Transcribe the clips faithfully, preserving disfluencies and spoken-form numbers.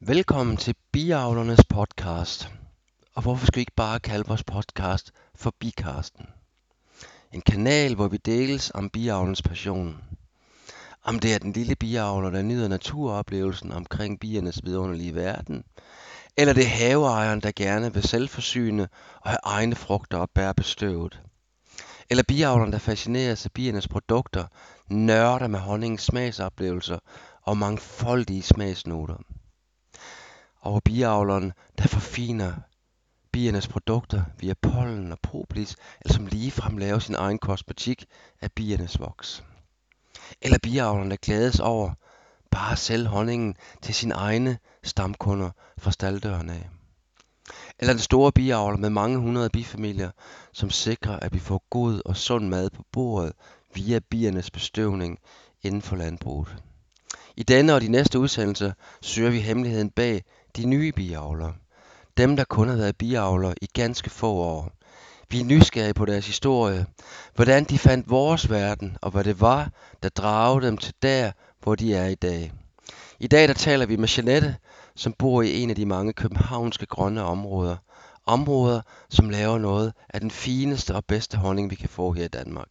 Velkommen til Biavlernes podcast. Og hvorfor skal vi ikke bare kalde vores podcast for Bikasten? En kanal, hvor vi deles om biavlernes passion. Om det er den lille biavler, der nyder naturoplevelsen omkring biernes vidunderlige verden, eller det er haveejeren, der gerne vil selvforsyne og have egne frugter og bære bestøvet. Eller biavleren, der fascineres af biernes produkter, nørder med honningens smagsoplevelser og mangfoldige smagsnoter. Og biavleren, der forfiner biernes produkter via pollen og propolis, eller som ligefrem laver sin egen kosmetik af biernes voks. Eller biavleren, der glædes over bare at sælge honningen til sine egne stamkunder fra stalddøren af. Eller den store biavler med mange hundrede bifamilier, som sikrer, at vi får god og sund mad på bordet via biernes bestøvning inden for landbruget. I denne og de næste udsendelser søger vi hemmeligheden bag de nye biavlere. Dem, der kun har været biavlere i ganske få år. Vi er nysgerrige på deres historie, hvordan de fandt vores verden, og hvad det var, der dragede dem til der, hvor de er i dag. I dag der taler vi med Jeanette, som bor i en af de mange københavnske grønne områder. Områder, som laver noget af den fineste og bedste honning, vi kan få her i Danmark.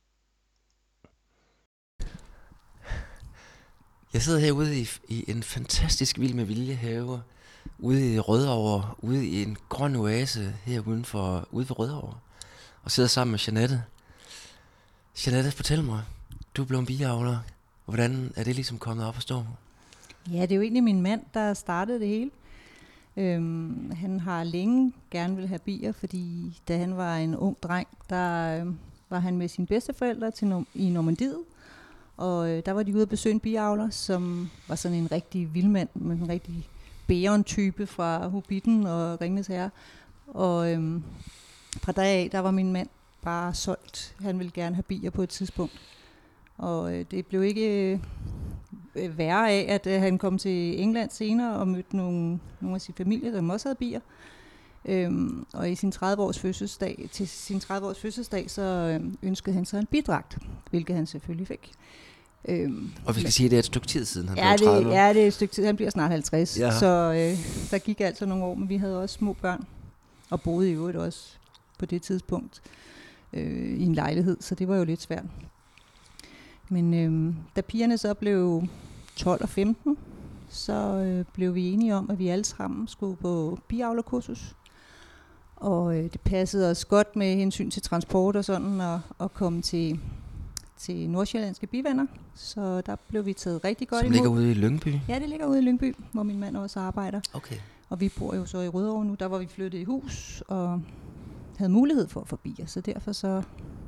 Jeg sidder herude i, i en fantastisk vild med vilje have, ude i Rødovre, ude i en grøn oase her uden for, ude ved Rødovre, og sidder sammen med Jeanette. Jeanette, fortæl mig, du er blevet biavler. Hvordan er det ligesom kommet op at stå? Ja, det er jo egentlig min mand, der startede det hele. Øhm, han har længe gerne vil have bier, fordi da han var en ung dreng, der øh, var han med sine bedsteforældre til no- i Normandiet. Og øh, der var de ude at besøge en biavler, som var sådan en rigtig vildmand, med en rigtig Beron-type fra Hobbiten og Ringenes Herre. Og øh, fra dag af, der var min mand bare solgt. Han ville gerne have bier på et tidspunkt. Og øh, det blev ikke øh, værre af, at øh, han kom til England senere og mødte nogle, nogle af sin familie, der også havde bier. Øhm, og i sin tredive-års fødselsdag, til sin tredive-års fødselsdag, så øh, ønskede han sig en bidragt, hvilket han selvfølgelig fik. Øhm, og vi skal sige, at det er et stykke tid siden, han ja, blev tredive. Det, ja, det er et stykke tid. Han bliver snart halvtreds, ja. Så øh, der gik altså nogle år, men vi havde også små børn, og boede i øvrigt også på det tidspunkt øh, i en lejlighed, så det var jo lidt svært. Men øh, da pigerne så blev tolv og femten, så øh, blev vi enige om, at vi alle sammen skulle på biavlerkursus. Og øh, det passede os godt med hensyn til transport og sådan, og, og komme til, til nordsjællandske bivenner. Så der blev vi taget rigtig godt Som imod. ligger ude i Lyngby? Ja, det ligger ude i Lyngby, hvor min mand også arbejder. Okay. Og vi bor jo så i Rødovre nu. Der var vi flyttet i hus og havde mulighed for at få bier, så derfor så,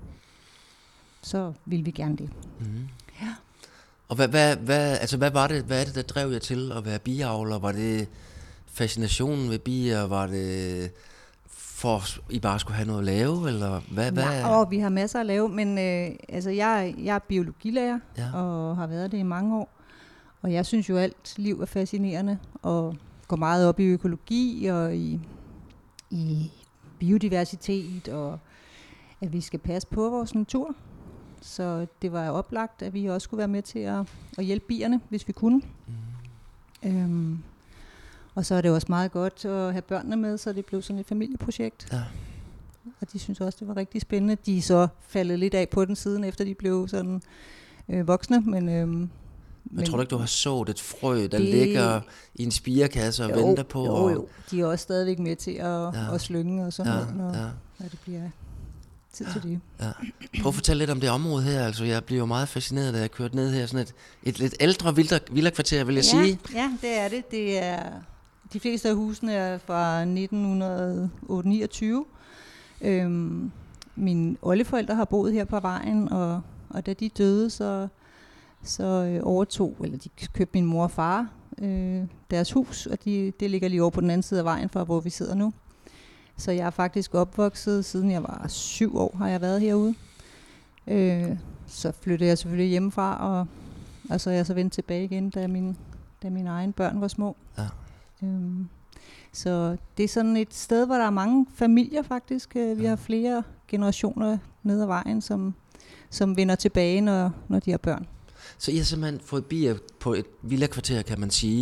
så ville vi gerne det. Mm-hmm. Ja. Og hvad, hvad, hvad, altså hvad var det, hvad er det, der drev jer til at være biavler? Var det fascinationen ved bier? Var det for I bare skulle have noget at lave, eller hvad? hvad? Nej, og vi har masser at lave, men øh, altså jeg, jeg er biologilærer, ja. og har været det i mange år. Og jeg synes jo, alt liv er fascinerende, og går meget op i økologi, og i, i biodiversitet, og at vi skal passe på vores natur. Så det var oplagt, at vi også skulle være med til at, at hjælpe bierne, hvis vi kunne. Mm. Øhm, Og så er det også meget godt at have børnene med, så det blev sådan et familieprojekt. Ja. Og de synes også, det var rigtig spændende. De er så faldet lidt af på den siden, efter de blev sådan øh, voksne. Men, øh, men jeg tror du ikke, du har sået et frø, der det, ligger i en spirekasse og jo, venter på? Jo, og jo. De er også stadigvæk med til at, ja. at slynge og sådan ja, noget, når, ja. når det bliver tid ja. til det. Ja. Prøv at fortælle lidt om det område her. Altså, jeg bliver jo meget fascineret, da jeg kørte ned her. Sådan et, et lidt ældre villakvarter, vil jeg ja, sige. Ja, det er det. Det er... De fleste af husene er fra nitten niogtyve. Øhm, mine oldeforældre har boet her på vejen, og, og da de døde, så, så øh, overtog, eller de købte min mor og far øh, deres hus, og de, det ligger lige over på den anden side af vejen fra, hvor vi sidder nu. Så jeg er faktisk opvokset, siden jeg var syv år, har jeg været herude. Øh, så flyttede jeg selvfølgelig hjemmefra, og, og så er jeg så vendt tilbage igen, da, min, da mine egne børn var små. Ja. Øhm, så det er sådan et sted, hvor der er mange familier faktisk. Vi har flere generationer ned ad vejen, som, som vender tilbage, når, når de har børn. Så I har simpelthen fået bier på et villakvarter, kan man sige, ja.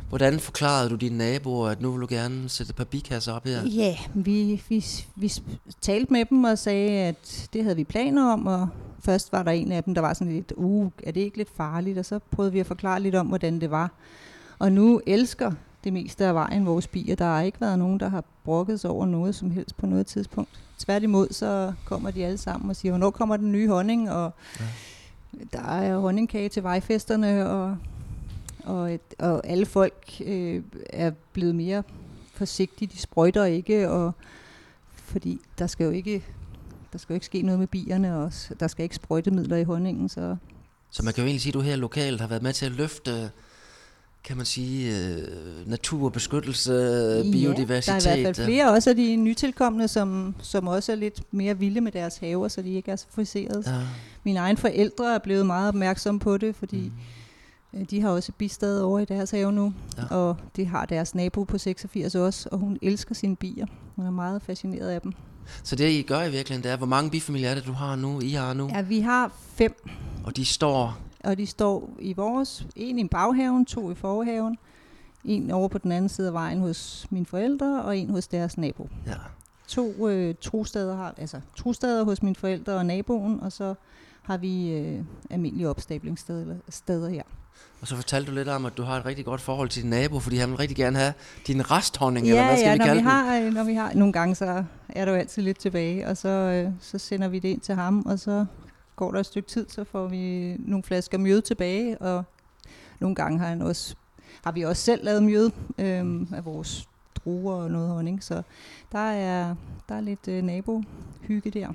Hvordan forklarede du dine naboer, at nu vil du gerne sætte et par bikasser op her? Ja, vi, vi, vi talte med dem og sagde, at det havde vi planer om, og først var der en af dem, der var sådan lidt, uh, er det ikke lidt farligt? Og så prøvede vi at forklare lidt om, hvordan det var. Og nu elsker det meste af vejen vores bier. Der har ikke været nogen, der har brokket sig over noget som helst på noget tidspunkt. Tværtimod, så kommer de alle sammen og siger, hvornår kommer den nye honning, og ja. Der er honningkage til vejfesterne, og, og, et, og alle folk øh, er blevet mere forsigtige. De sprøjter ikke, og fordi der skal jo ikke, der skal jo ikke ske noget med bierne også. Der skal ikke sprøjtemidler i honningen. Så, så man kan jo egentlig sige, at du her lokalt har været med til at løfte, kan man sige, øh, naturbeskyttelse, ja, biodiversitet. Der er i hvert fald flere også af de nytilkommende, som, som også er lidt mere vilde med deres haver, så de ikke er så friserede. Ja. Mine egne forældre er blevet meget opmærksomme på det, fordi mm. de har også bistad over i deres have nu, ja. Og det har deres nabo på seksogfirs også, og hun elsker sine bier. Hun er meget fascineret af dem. Så det I gør i virkeligheden, det er, hvor mange bifamilier er det, du har nu, I har nu? Ja, vi har fem. Og de står... Og de står i vores, en i baghaven, to i forhaven, en over på den anden side af vejen hos mine forældre, og en hos deres nabo. Ja. To øh, trosteder har, altså trosteder hos mine forældre og naboen, og så har vi øh, almindelige opstablingssteder steder her. Og så fortalte du lidt om, at du har et rigtig godt forhold til din nabo, fordi han vil rigtig gerne have din resthonning, ja, eller hvad skal ja, vi når kalde vi har, den? når vi har, nogle gange så er der jo altid lidt tilbage, og så, øh, så sender vi det ind til ham, og så går der et stykke tid, så får vi nogle flasker mjød tilbage, og nogle gange har, han også, har vi også selv lavet mjød øhm, af vores druer og noget honning, så der er, der er lidt øh, nabohygge der.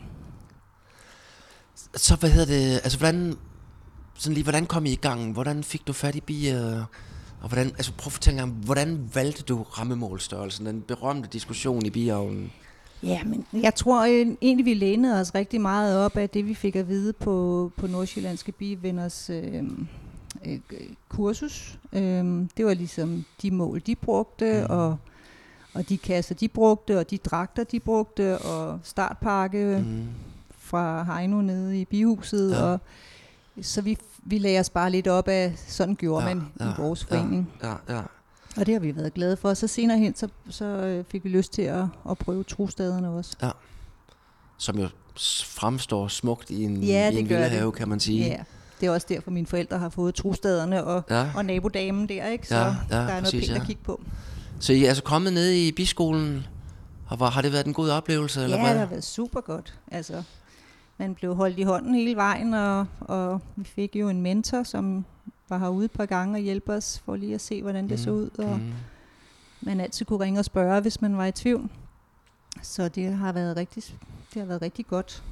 Så hvad hedder det, altså hvordan, sådan lige, hvordan kom I i gang? Hvordan fik du fat i bier? Og hvordan, altså prøv at fortælle mig, hvordan valgte du rammemålstørrelsen, den berømte diskussion i biavlen? Ja, men jeg tror øh, egentlig, vi lænede os rigtig meget op af det, vi fik at vide på, på Nordsjællandske Bivenners øh, øh, kursus. Øh, det var ligesom de mål, de brugte, mm. og, og de kasser, de brugte, og de dragter, de brugte, og startpakke mm. fra Heino nede i bihuset. Ja. Og, så vi, vi lagde os bare lidt op af, sådan gjorde ja, man ja, i vores forening. Ja, ja, ja. Og det har vi været glade for. Så senere hen, så, så fik vi lyst til at, at prøve trostederne også. Ja. Som jo fremstår smukt i en, ja, i en villahave, kan man sige. Ja, det er også derfor, mine forældre har fået trostederne og, ja. og nabodamen der, ikke? Så ja, ja, der er præcis, noget pænt ja. at kigge på. Så I er altså kommet ned i biskolen, og hvor, har det været en god oplevelse? Eller ja, hvad? Det har været super godt. Altså, man blev holdt i hånden hele vejen, og, og vi fik jo en mentor, som var herude et par gange og hjælpe os for lige at se, hvordan det mm. så ud. Og mm. man altid kunne ringe og spørge, hvis man var i tvivl. Så det har været rigtig, det har været rigtig godt.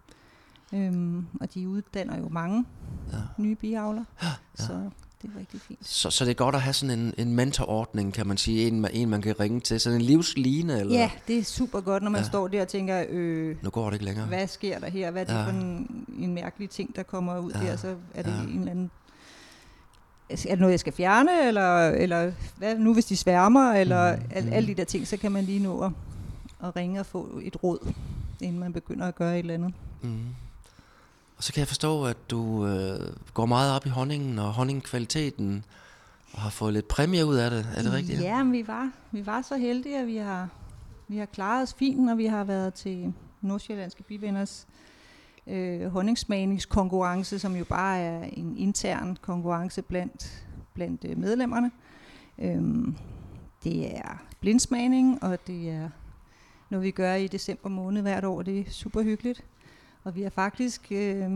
Øhm, og de uddanner jo mange ja. nye biavler, ja, ja. så det er rigtig fint. Så, så det er godt at have sådan en, en mentorordning, kan man sige, en, en man kan ringe til, sådan en livsline? Eller? Ja, det er super godt, når man ja. står der og tænker, øh, nu går det ikke længere. Hvad sker der her? Hvad er det ja. for en, en mærkelig ting, der kommer ud ja. der? Så er det ja. en eller anden... Er det noget, jeg skal fjerne, eller, eller hvad nu, hvis de sværmer, eller mm, al, mm. alle de der ting, så kan man lige nå at, at ringe og få et råd, inden man begynder at gøre et eller andet. Mm. Og så kan jeg forstå, at du øh, går meget op i honningen og honningkvaliteten, og har fået lidt præmie ud af det. Er det rigtigt? Ja, men vi var, vi var så heldige, at vi har, vi har klaret os fint, når vi har været til Nordsjællandske Bivenners øh, honningsmagningskonkurrence, som jo bare er en intern konkurrence blandt, blandt øh, medlemmerne. Øhm, det er blindsmagning, og det er noget, vi gør i december måned hvert år. Det er super hyggeligt. Og vi har faktisk øh,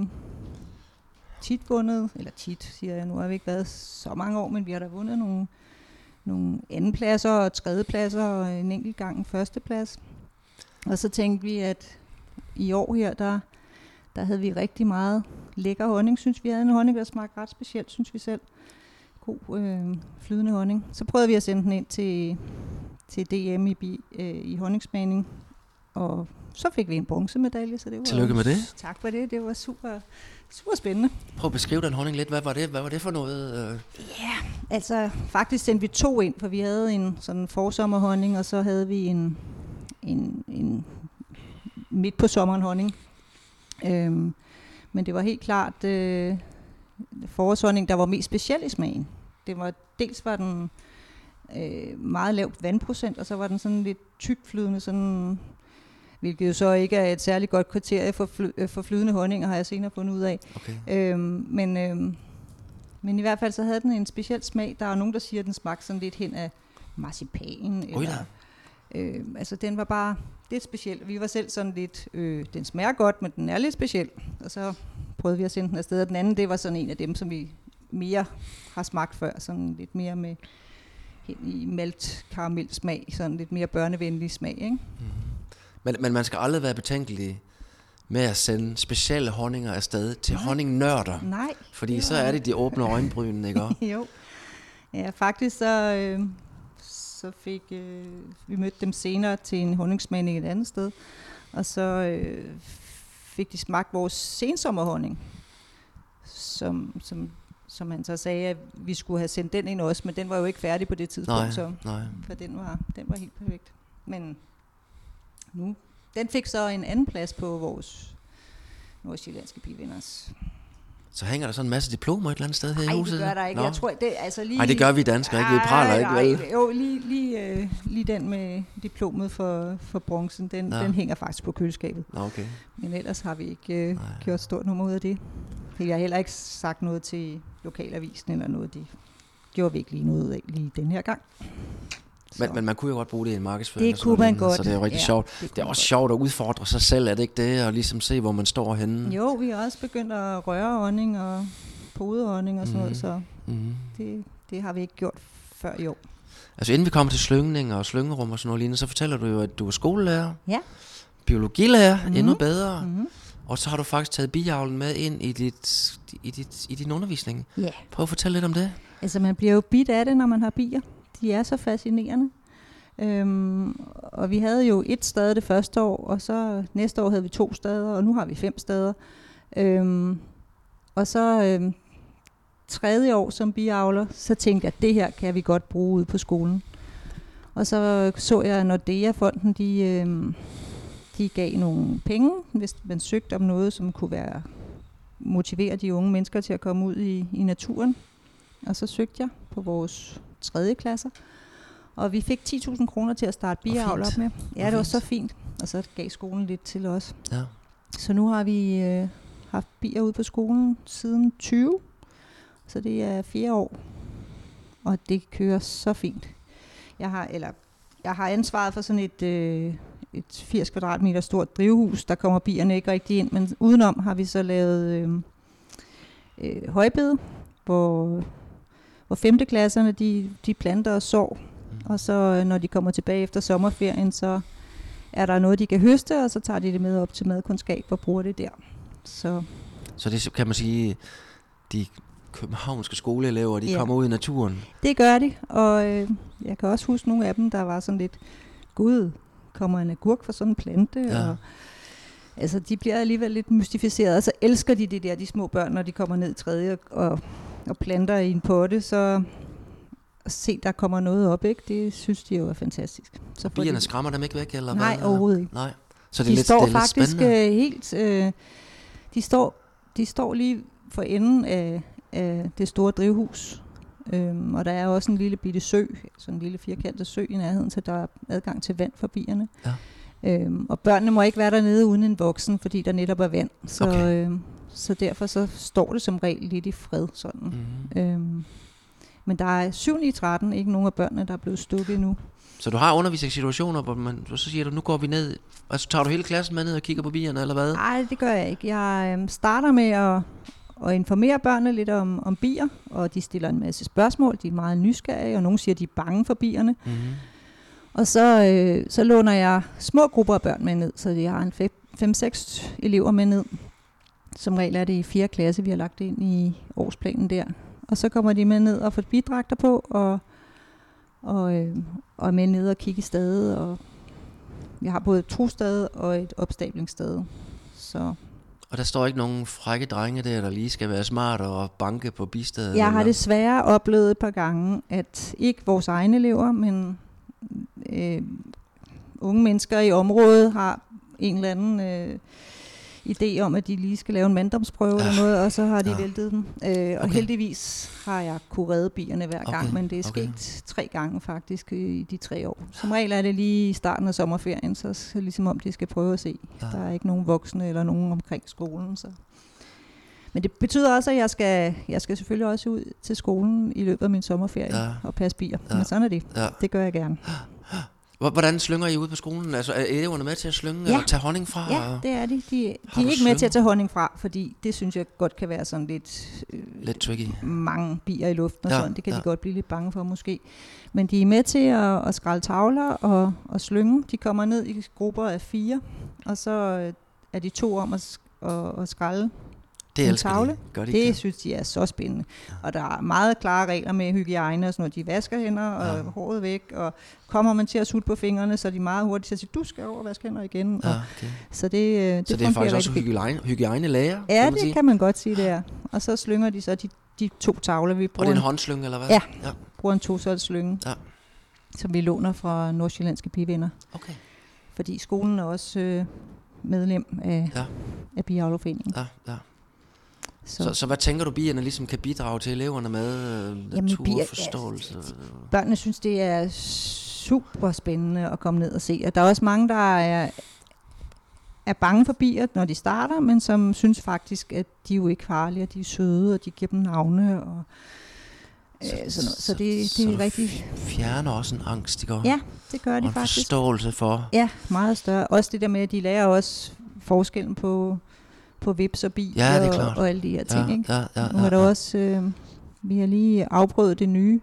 tit vundet, eller tit siger jeg, nu har vi ikke været så mange år, men vi har da vundet nogle, nogle andenpladser og tredjepladser og en enkelt gang en førsteplads. Og så tænkte vi, at i år her, der, der havde vi rigtig meget lækker honning, synes vi havde en honning, der smagte ret specielt, synes vi selv. God øh, flydende honning. Så prøvede vi at sende den ind til, til D M i, bi, øh, i honningsmagning, og så fik vi en bronzemedalje, så det var... Tillykke med det. Tak for det, det var super, super spændende. Prøv at beskrive den honning lidt. Hvad var det, Hvad var det for noget? Ja, altså faktisk sendte vi to ind, for vi havde en sådan forsommerhonning, og så havde vi en, en, en midt på sommeren honning. Øhm, men det var helt klart øh, forårshonning, der var mest speciel i smagen. Det var, dels var den øh, meget lavt vandprocent, og så var den sådan lidt tykflydende, sådan, hvilket jo så ikke er et særligt godt kriterie for, fly, for flydende honninger, har jeg senere fundet ud af. Okay. Øhm, men, øhm, men i hvert fald så havde den en speciel smag. Der er nogen, der siger, at den smagte sådan lidt hen af marcipan. Eller, øh, altså den var bare lidt speciel. Vi var selv sådan lidt, øh, den smager godt, men den er lidt speciel. Og så prøvede vi at sende den afsted. Og den anden, det var sådan en af dem, som vi mere har smagt før. Sådan lidt mere med hen i malt karamel smag. Sådan lidt mere børnevenlig smag, ikke? Mm. Men, men man skal aldrig være betænkelig med at sende specielle honninger afsted til Nej. honningnørder. Nej. Fordi så er det, de åbner øjenbrynene, ikke også? Jo. Ja, faktisk så, øh, så fik øh, vi mødte dem senere til en honningsmagning et andet sted. Og så øh, fik de smagt vores sensommerhonning, som, som, som han så sagde, at vi skulle have sendt den ind også, men den var jo ikke færdig på det tidspunkt. Nej, så, nej. For den var, den var helt perfekt. Men nu, den fik så en anden plads på vores nordsjællandske bivinders. Så hænger der sådan en masse diplomer et eller andet sted her Ej, i huset? det gør der ikke. Nå. Jeg tror, det, altså lige... Nej, det gør vi danskere ikke. Vi praler ikke, vel? Nej, jo, lige, lige, øh, lige den med diplomet for, for bronzen, den, den hænger faktisk på køleskabet. Nå, okay. Men ellers har vi ikke øh, gjort stort nummer ud af det. Jeg har heller ikke sagt noget til lokalavisen eller noget. Det gjorde vi ikke lige noget ud af lige den her gang. Men, men man kunne jo godt bruge det i en markedsføring. Det kunne man godt. Så det er jo rigtig ja, sjovt. Det, det er også sjovt at udfordre sig selv, er det ikke det? Og ligesom se, hvor man står henne. Jo, vi har også begyndt at røre honning og podehonning og sådan mm. noget, så mm. det, det har vi ikke gjort før i år. Altså inden vi kommer til slyngning og slyngerum og sådan noget lignende, så fortæller du jo, at du er skolelærer. Ja. Biologilærer, mm. endnu bedre. Mm. Og så har du faktisk taget biavlen med ind i, dit, i, dit, i din undervisning. Ja. Prøv at fortælle lidt om det. Altså man bliver jo bidt af det, når man har bier. De er så fascinerende. Øhm, og vi havde jo et stade det første år, og så næste år havde vi to stader, og nu har vi fem stader. Øhm, og så øhm, tredje år som biavler, så tænkte jeg, at det her kan vi godt bruge ude på skolen. Og så så jeg, at Nordea-fonden, de, øhm, de gav nogle penge, hvis man søgte om noget, som kunne være motivere de unge mennesker til at komme ud i, i naturen. Og så søgte jeg på vores tredje klasser. Og vi fik ti tusind kroner til at starte biavl op med. Ja, det var så fint. Og så gav skolen lidt til os. Ja. Så nu har vi øh, haft bier ude på skolen siden tyve. Så det er fire år. Og det kører så fint. Jeg har, eller, jeg har ansvaret for sådan et, øh, et firs kvadratmeter stort drivhus. Der kommer bierne ikke rigtig ind. Men udenom har vi så lavet øh, øh, højbede, hvor, hvor femteklasserne de, de planter og sår. Og så når de kommer tilbage efter sommerferien, så er der noget, de kan høste, og så tager de det med op til madkundskab og bruger det der. Så, så det kan man sige, de københavnske skoleelever, de ja. kommer ud i naturen? Det gør de, og øh, jeg kan også huske nogle af dem, der var sådan lidt, gud, kommer en agurk fra sådan en plante? Ja. Og, altså, de bliver alligevel lidt mystificeret, og så elsker de det der, de små børn, når de kommer ned i tredje og, og planter i en potte, så... at se, der kommer noget op, ikke? Det synes de jo er fantastisk. Så bierne de... skræmmer dem ikke væk, eller nej, hvad? overhovedet ikke. Nej, så det de er lidt, står det er faktisk lidt øh, helt... Øh, de, står, de står lige for enden af, af det store drivhus. Øhm, og der er også en lille bitte sø, sådan en lille firkantet sø i nærheden, så der er adgang til vand for bierne. Ja. Øhm, og børnene må ikke være dernede uden en voksen, fordi der netop er vand. Så, okay. øh, så derfor så står det som regel lidt i fred. Sådan. Mm-hmm. Øhm, Men der er syv ni tretten, ikke nogen af børnene, der er blevet stukket endnu. Så du har undervisningssituationer, hvor man så siger du, nu går vi ned, altså tager du hele klassen med ned og kigger på bierne, eller hvad? Nej, det gør jeg ikke. Jeg øh, starter med at, at informere børnene lidt om, om bier, og de stiller en masse spørgsmål, de er meget nysgerrige, og nogle siger, at de er bange for bierne. Mm-hmm. Og så, øh, så låner jeg små grupper af børn med ned, så jeg har en fem seks elever med ned. Som regel er det i fjerde klasse, vi har lagt ind i årsplanen der. Og så kommer de med ned og får bidragter på, og, og, øh, og er med ned og kigge i stadet. Og jeg har både et trostade og et opstablingsstade. Så. Og der står ikke nogen frække drenge der, der lige skal være smart og banke på bistedet? Jeg eller? har desværre oplevet et par gange, at ikke vores egne elever, men øh, unge mennesker i området har en eller anden... Øh, idé om, at de lige skal lave en manddomsprøve Ja. eller noget, og så har de Ja. væltet dem. Øh, og Okay. heldigvis har jeg kunne redde bierne hver gang, Okay, men det er okay. sket tre gange faktisk i de tre år. Som regel er det lige i starten af sommerferien, så, så ligesom om de skal prøve at se. Ja. Der er ikke nogen voksne eller nogen omkring skolen, så... Men det betyder også, at jeg skal, jeg skal selvfølgelig også ud til skolen i løbet af min sommerferie Ja. og passe bier. Ja. Men sådan er det. Ja. Det gør jeg gerne. Hvor- Hvordan slynger I ud på skolen? Altså, er eleverne med til at slynge, Ja. eller tage honning fra? Ja, det er de. De, Har de du er ikke med til slynge? at tage honning fra, fordi det synes jeg godt kan være sådan lidt... Øh, Lidt tricky. mange bier i luften og Ja, sådan. Det kan ja. de godt blive lidt bange for måske. Men de er med til at, at skrælle tavler og, og slynge. De kommer ned i grupper af fire, og så øh, er de to om at, sk- at, at skrælle. Det En elsker tavle? de. Gør de Det ikke? synes de er så spændende. Og der er meget klare regler med hygiejne og sådan noget. De vasker hænder og Ja. håret væk, og kommer man til at sutte på fingrene, så er de meget hurtigt til at sige, du skal over og vaske hænder igen. Ja, Og, okay. så det, øh, det Så det er fungerer faktisk også rigtig fint. hygiejne, hygiejnelæger, Ja, kan man det sige. kan man godt sige, det er. Og så slynger de så de, de to tavler, vi Og bruger. det er en en- håndslynge, eller hvad? Ja. ja. bruger en tosolslynge, Ja. som vi låner fra Nordsjællandske Bivenner. Okay. Fordi skolen er også øh, medlem af, Ja. af Biavlerforeningen. Ja, ja. Så, Så, så hvad tænker du, bierne ligesom kan bidrage til eleverne med? Øh, natur, bier- forståelse? børnene synes, det er super spændende at komme ned og se. Og der er også mange, der er, er bange for bier, når de starter, men som synes faktisk, at de er jo ikke farlige, og de er søde, og de giver dem navne. Og, øh, sådan noget. Så det, det så er du rigtig... fjerner også en angst, ikke? Ja, det gør Og de en faktisk. forståelse for... Ja, meget større. Også det der med, at de lærer også forskellen på, på vips og bi Ja, det er og, klart. og alle de her ting. Ja, Ikke? ja, ja, Nu er ja, der ja. også, øh, vi har lige afprøvet det nye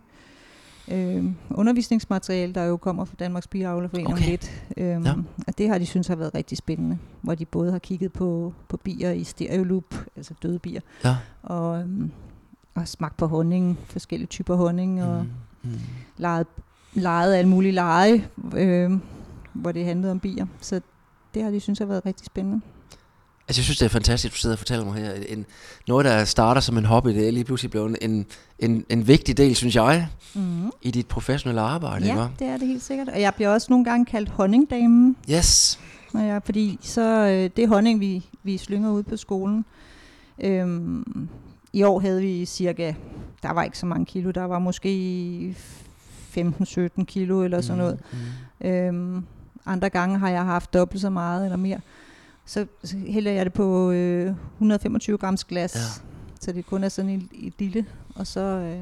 øh, undervisningsmateriale, der jo kommer fra Danmarks Biavlerforening Okay. om lidt. Øhm, Ja. Og det har de synes har været rigtig spændende, hvor de både har kigget på, på bier i stereolup, altså døde bier, Ja. og, øhm, og smagt på honning, forskellige typer honning, og Mm, mm. leget, leget alle mulige lege, øh, hvor det handlede om bier. Så det har de synes har været rigtig spændende. Altså, jeg synes, det er fantastisk, du sidder og fortæller mig her. En, noget, der starter som en hobby, det er lige pludselig blevet en, en, en vigtig del, synes jeg, Mm. i dit professionelle arbejde, Ja, ikke? det er det helt sikkert. Og jeg bliver også nogle gange kaldt honningdamen, Yes. når jeg, fordi så øh, det er honning, vi, vi slynger ud på skolen. Øhm, I år havde vi cirka, der var ikke så mange kilo, der var måske femten sytten kilo eller sådan noget. Mm, mm. Øhm, andre gange har jeg haft dobbelt så meget eller mere. Så, så hælder jeg det på øh, et hundrede og femogtyve grams glas, Ja. så det kun er sådan et, et lille, og så øh,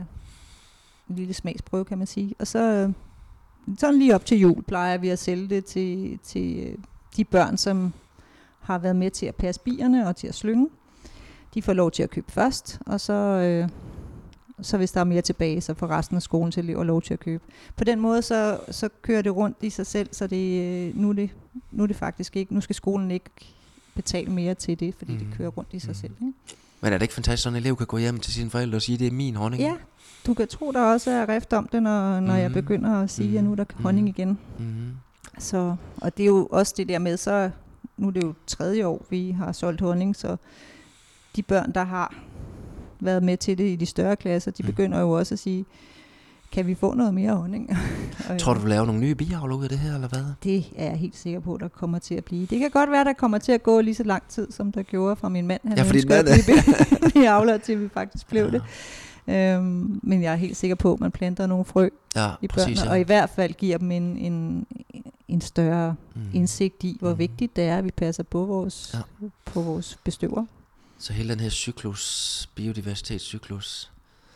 en lille smagsprøve, kan man sige. Og så øh, sådan lige op til jul plejer vi at sælge det til, til øh, de børn, som har været med til at passe bierne og til at slynge. De får lov til at købe først, og så, øh, så hvis der er mere tilbage, så får resten af skolens elever lov til at købe. På den måde, så, så kører det rundt i sig selv, så det, øh, nu, er det, nu er det faktisk ikke, nu skal skolen ikke betale mere til det, fordi mm. det Mhm. kører rundt i sig Mhm. selv. Ikke? Men er det ikke fantastisk, at en elev kan gå hjem til sine forældre og sige, at det er min honning? Ja, du kan tro, der også er rift om det, når, når mm. jeg Mhm. begynder at sige, at nu er der Mhm. honning igen. Mm-hmm. Så, og det er jo også det der med, så nu er det jo tredje år, vi har solgt honning, så de børn, der har været med til det i de større klasser, de Mm. begynder jo også at sige, kan vi få noget mere honning? Og Tror du, du laver nogle nye biavler ud af det her, eller hvad? det er jeg helt sikker på, der kommer til at blive. Det kan godt være, der kommer til at gå lige så lang tid, som der gjorde fra min mand. Han Ja, fordi ønsker, mand at vi bliver avlet til, vi faktisk blev det. Øhm, men jeg er helt sikker på, at man planter nogle frø Ja, i præcis. børnene, Ja. og i hvert fald giver dem en, en, en større Mm. indsigt i, hvor Mm. vigtigt det er, at vi passer på vores, Ja. på vores bestøver. Så hele den her cyklus, biodiversitetscyklus.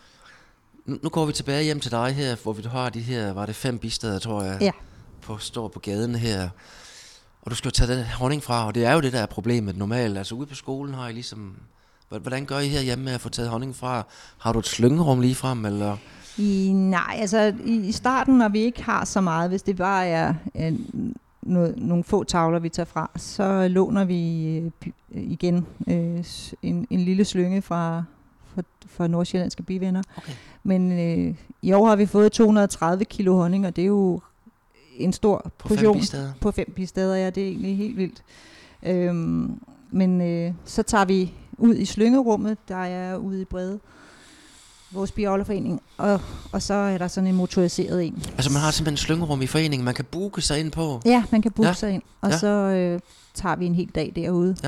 Nu, nu går vi tilbage hjem til dig her, hvor vi har de her, var det fem bisteder, tror jeg, Ja. på, står på gaden her. Og du skal jo tage den honning fra, og det er jo det, der er problemet normalt. Altså ude på skolen har I ligesom... Hvordan gør I her hjemme med at få taget honning fra? Har du et slyngerum lige frem, eller... I, nej, altså i, i starten, når vi ikke har så meget, hvis det bare er øh, noget, nogle få tavler, vi tager fra, så låner vi øh, by- igen øh, s- en, en lille slynge fra, fra, fra Nordsjællandske Bivenner. Okay. Men øh, i år har vi fået to hundrede og tredive kilo honning, og det er jo en stor På fem portion. bisteder? På fem bisteder, ja, det er egentlig helt vildt. Øhm, men øh, så tager vi ud i slyngerummet, der er ude i Brede, vores biavlerforening, og, og så er der sådan en motoriseret en. Altså man har simpelthen et slyngerum i foreningen, man kan booke sig ind på. Ja, man kan booke Ja. sig ind, og Ja. så øh, tager vi en hel dag derude. Ja.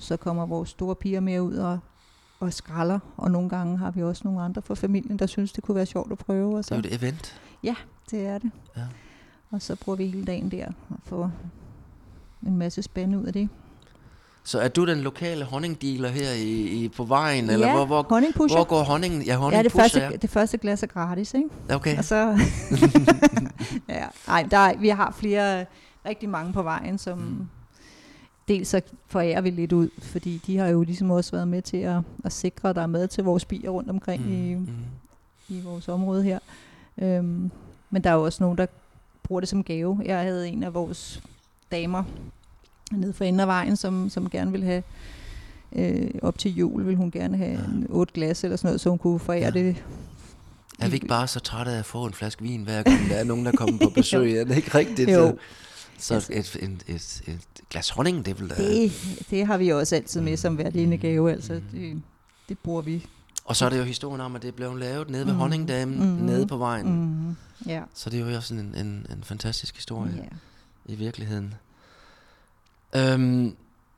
så kommer vores store piger mere ud og, og skralder, og nogle gange har vi også nogle andre fra familien, der synes, det kunne være sjovt at prøve. Og så. Det er jo et event. Ja, det er det. Ja. Og så bruger vi hele dagen der og får en masse spændende ud af det. Så er du den lokale honningdealer her i, i på vejen, ja, eller hvor, hvor, hvor går honningen? Ja, ja det, første, det første glas er gratis, ikke? Okay. Og så, ja, ej, der er, vi har flere, rigtig mange på vejen, som mm. dels så forærer vi lidt ud, fordi de har jo ligesom også været med til at, at sikre, at der er mad til vores bier rundt omkring mm. i, mm. i vores område her. Øhm, men der er jo også nogen, der bruger det som gave. Jeg havde en af vores damer nede for enden af vejen, som, som gerne ville have øh, op til jul, ville hun gerne have ja. en otte glas eller sådan noget, så hun kunne forære ja. det. Er vi ikke bare så trætte af at få en flaske vin, hver gang der er nogen, der kommer på besøg? Er det ikke rigtigt? Jo. Så et, et, et, et, et glas honning, det vil da... Det, det har vi også altid med som værtinde gave, altså det, det bruger vi. Og så er det jo historien om, at det blev lavet nede ved mm. Honningdamen, mm. nede på vejen. Mm. Ja. Så det er jo også en, en, en fantastisk historie ja. i virkeligheden. Øhm,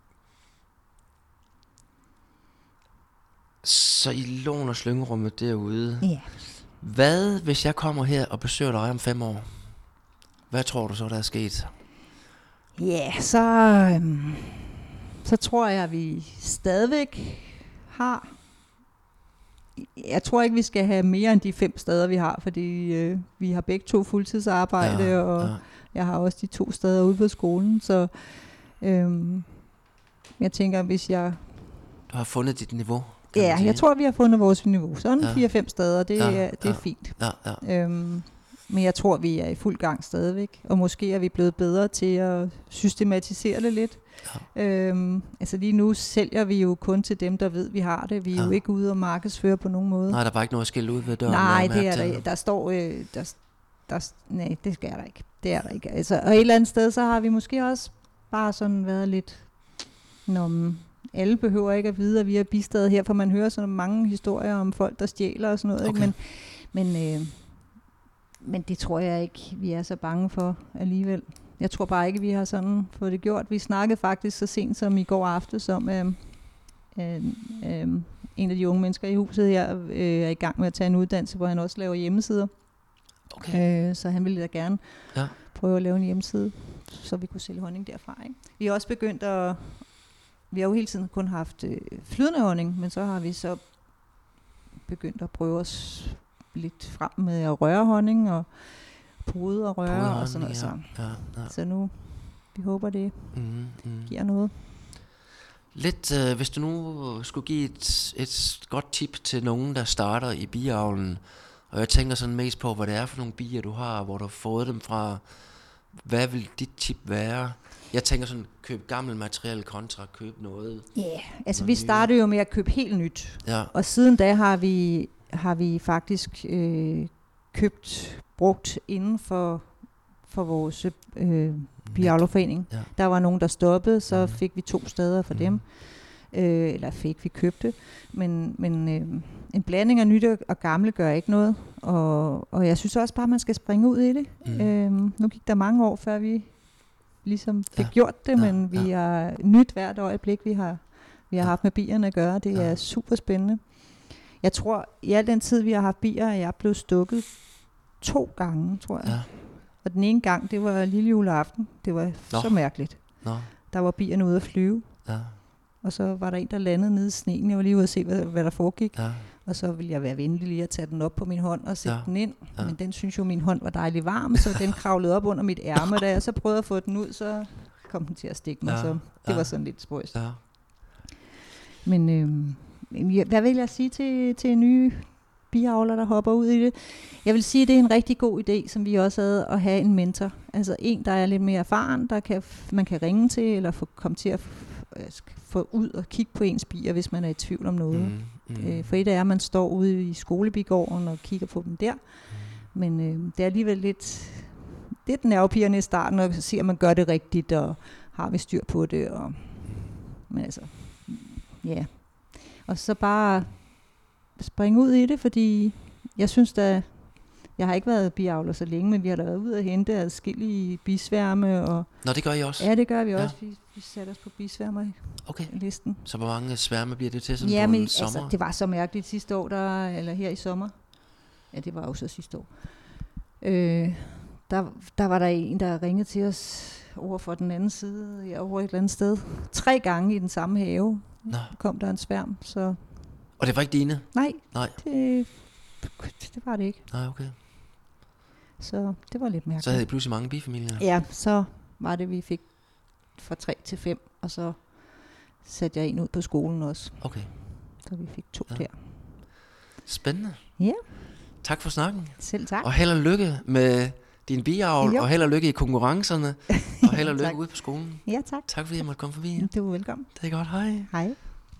så I låner slyngerummet derude. Ja. Hvad, hvis jeg kommer her og besøger dig om fem år? Hvad tror du så, der er sket? Ja, så, øhm, så tror jeg, at vi stadigvæk har... Jeg tror ikke, vi skal have mere end de fem steder, vi har, fordi øh, vi har begge to fuldtidsarbejde, ja, og ja. jeg har også de to steder ude på skolen, så øhm, jeg tænker, hvis jeg... Du har fundet dit niveau? Ja, jeg tror, vi har fundet vores niveau. Sådan ja. fire-fem steder, det, ja, er, det er ja, fint. Ja, ja. Øhm, men jeg tror, vi er i fuld gang stadigvæk, og måske er vi blevet bedre til at systematisere det lidt. Ja. Øhm, altså lige nu sælger vi jo kun til dem, der ved, vi har det. Vi er ja. jo ikke ude og markedsføre på nogen måde. Nej, der er bare ikke noget skilt ud ved døren. Nej, det er der, der står... Øh, der, der, nej, det skal der ikke. Det er der ikke. Altså, og et eller andet sted, så har vi måske også bare sådan været lidt... Nå, alle behøver ikke at vide, at vi er bistadet her, for man hører sådan mange historier om folk, der stjæler og sådan noget. Okay. Ikke? Men, men, øh, men det tror jeg ikke, vi er så bange for alligevel. Jeg tror bare ikke, vi har sådan fået det gjort. Vi snakkede faktisk så sent som i går aftes om, øh, øh, øh, en af de unge mennesker i huset her øh, er i gang med at tage en uddannelse, hvor han også laver hjemmesider. Okay. Øh, så han ville da gerne ja. prøve at lave en hjemmeside, så vi kunne sælge honning derfra. Ikke? Vi har også begyndt at... Vi har jo hele tiden kun haft øh, flydende honning, men så har vi så begyndt at prøve os lidt frem med at røre honning og pode og røre og sådan noget. Så. Ja, ja. så nu, vi håber det mm, mm. giver noget. Lidt, øh, hvis du nu skulle give et, et godt tip til nogen, der starter i biavlen, og jeg tænker sådan mest på, hvad det er for nogle bier, du har, hvor du har fået dem fra, hvad vil dit tip være? Jeg tænker sådan, køb gammel materiale kontra køb noget. Ja, yeah, altså vi startede jo med at købe helt nyt. Ja. Og siden da har vi, har vi faktisk øh, købt, brugt inden for, for vores øh, biavlerforening. Ja. Der var nogen, der stoppede, så mm. fik vi to steder for mm. dem. Øh, eller fik vi købte. Men, men øh, en blanding af nyt og gamle gør ikke noget. Og, og jeg synes også bare, at man skal springe ud i det. Mm. Øh, nu gik der mange år, før vi... ligesom fik ja. gjort det, ja. men vi ja. har nyt hvert øjeblik, vi har, vi har ja. haft med bierne at gøre. Det ja. er super spændende. Jeg tror, i al den tid, vi har haft bier, er jeg blevet stukket to gange, tror jeg. Ja. Og den ene gang, det var lille juleaften. Det var Nå. så mærkeligt. Nå. Der var bierne ude at flyve. Ja. Og så var der en, der landede nede i sneen. Jeg var lige ude at se, hvad, hvad der foregik. Ja. Og så ville jeg være venlig lige at tage den op på min hånd og sætte ja. den ind. Ja. Men den synes jo, min hånd var dejlig varm, så den kravlede op under mit ærme. Da jeg så prøvede at få den ud, så kom den til at stikke mig. Ja. Så det ja. var sådan lidt spøjst. Ja. Men øh, hvad vil jeg sige til, til nye biavler, der hopper ud i det? Jeg vil sige, at det er en rigtig god idé, som vi også havde, at have en mentor. Altså en, der er lidt mere erfaren, der kan, man kan ringe til, eller få, komme til at få ud og kigge på ens bier, hvis man er i tvivl om noget. Mm. Mm. Øh, for et er, at man står ude i skolebigården og kigger på dem der. Mm. Men øh, det er alligevel lidt, lidt nervepirrende i starten, og se, at man gør det rigtigt, og har vi styr på det. Og, men altså, ja. Og så bare springe ud i det, fordi jeg synes da, Jeg har ikke været biavler så længe, men vi har da været ude at hente adskillige bisværme. Og Nå, det gør I også? ja, det gør vi Ja. også. Vi, vi satte os på bisværmer-listen. Okay. Så hvor mange sværme bliver det til sådan Ja, på men en sommer? altså, det var så mærkeligt sidste år, der, eller her i sommer. Ja, det var jo så sidste år. Øh, der, der var der en, der ringede til os over for den anden side, ja, over et eller andet sted. Tre gange i den samme have Nå. kom der en sværm, så Og det var ikke dine? nej, Nej. Det, det var det ikke. Nej, okay. Så det var lidt mærkeligt. Så havde I pludselig mange bifamilier? Ja, så var det, vi fik fra tre til fem, og så satte jeg en ud på skolen også. Okay. Så vi fik to Ja. der. Spændende. Ja. Tak for snakken. Selv tak. Og held og lykke med din biavl, Jo. og held og lykke i konkurrencerne, og held og lykke Tak. ude på skolen. Ja, tak. Tak fordi jeg måtte komme forbi. Du er velkommen. Det er godt, hej. Hej.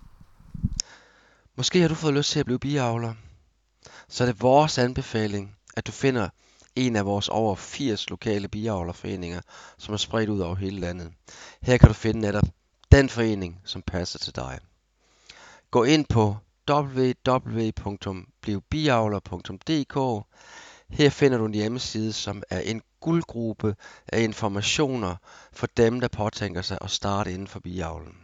Måske har du fået lyst til at blive biavler. Så er det vores anbefaling, at du finder en af vores over firs lokale biavlerforeninger, som er spredt ud over hele landet. Her kan du finde netop den forening, som passer til dig. Gå ind på w w w punktum bliv biavler punktum d k. Her finder du en hjemmeside, som er en guldgruppe af informationer for dem, der påtænker sig at starte inden for biavlen.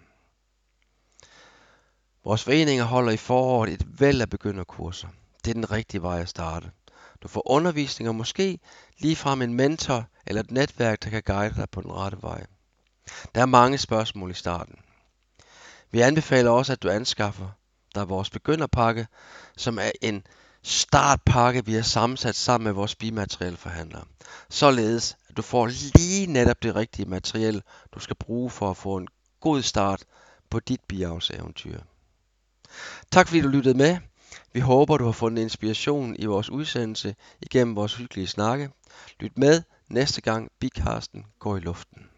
Vores foreninger holder i foråret et væld af begynderkurser. Det er den rigtige vej at starte. Du får undervisning og måske ligefrem en mentor eller et netværk, der kan guide dig på den rette vej. Der er mange spørgsmål i starten. Vi anbefaler også, at du anskaffer dig vores begynderpakke, som er en startpakke, vi har sammensat sammen med vores bimaterielforhandlere. Således, at du får lige netop det rigtige materiel, du skal bruge for at få en god start på dit biavlseventyr. Tak fordi du lyttede med. Vi håber, du har fundet inspiration i vores udsendelse igennem vores hyggelige snakke. Lyt med næste gang Bicasten går i luften.